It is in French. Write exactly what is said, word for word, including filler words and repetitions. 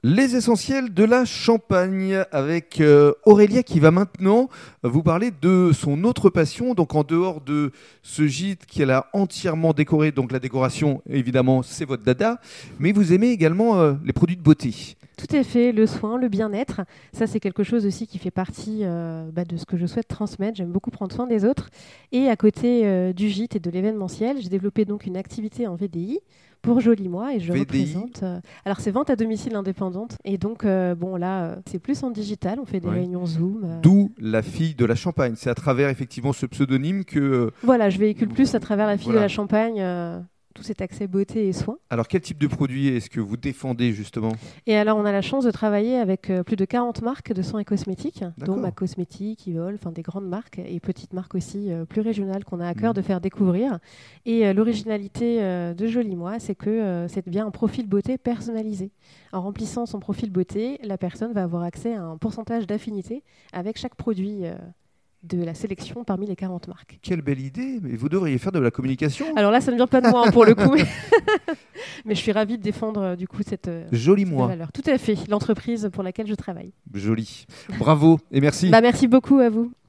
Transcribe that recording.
Les essentiels de la Champagne avec euh, Aurélia qui va maintenant vous parler de son autre passion. Donc en dehors de ce gîte qu'elle a entièrement décoré, donc la décoration évidemment c'est votre dada, mais vous aimez également euh, les produits de beauté. Tout à fait, le soin, le bien-être, ça c'est quelque chose aussi qui fait partie euh, bah, de ce que je souhaite transmettre. J'aime beaucoup prendre soin des autres. Et à côté euh, du gîte et de l'événementiel, j'ai développé donc une activité en V D I pour Joli Moi et je V D I. représente. Euh, alors c'est vente à domicile indépendante et donc euh, bon là euh, c'est plus en digital, on fait des Ouais. réunions Zoom. euh. D'où la fille de la Champagne. C'est à travers effectivement ce pseudonyme que... euh, Voilà, je véhicule plus à travers la fille Voilà. de la Champagne. euh, tout cet accès beauté et soins. Alors quel type de produit est-ce que vous défendez justement ? Et alors, on a la chance de travailler avec euh, plus de quarante marques de soins et cosmétiques, D'accord. dont Ma Cosmétique, Yvol, enfin des grandes marques et petites marques aussi euh, plus régionales qu'on a à cœur Mhm. de faire découvrir. Et euh, l'originalité euh, de Joli Moi, c'est que euh, c'est bien un profil beauté personnalisé. En remplissant son profil beauté, la personne va avoir accès à un pourcentage d'affinité avec chaque produit euh, de la sélection parmi les quarante marques. Quelle belle idée, mais vous devriez faire de la communication. Alors là, ça ne vient pas de moi hein, pour le coup, mais... mais je suis ravie de défendre euh, du coup cette, euh, Joli cette Moi. valeur. Tout à fait, l'entreprise pour laquelle je travaille. Joli. Bravo et merci. Bah, merci beaucoup à vous.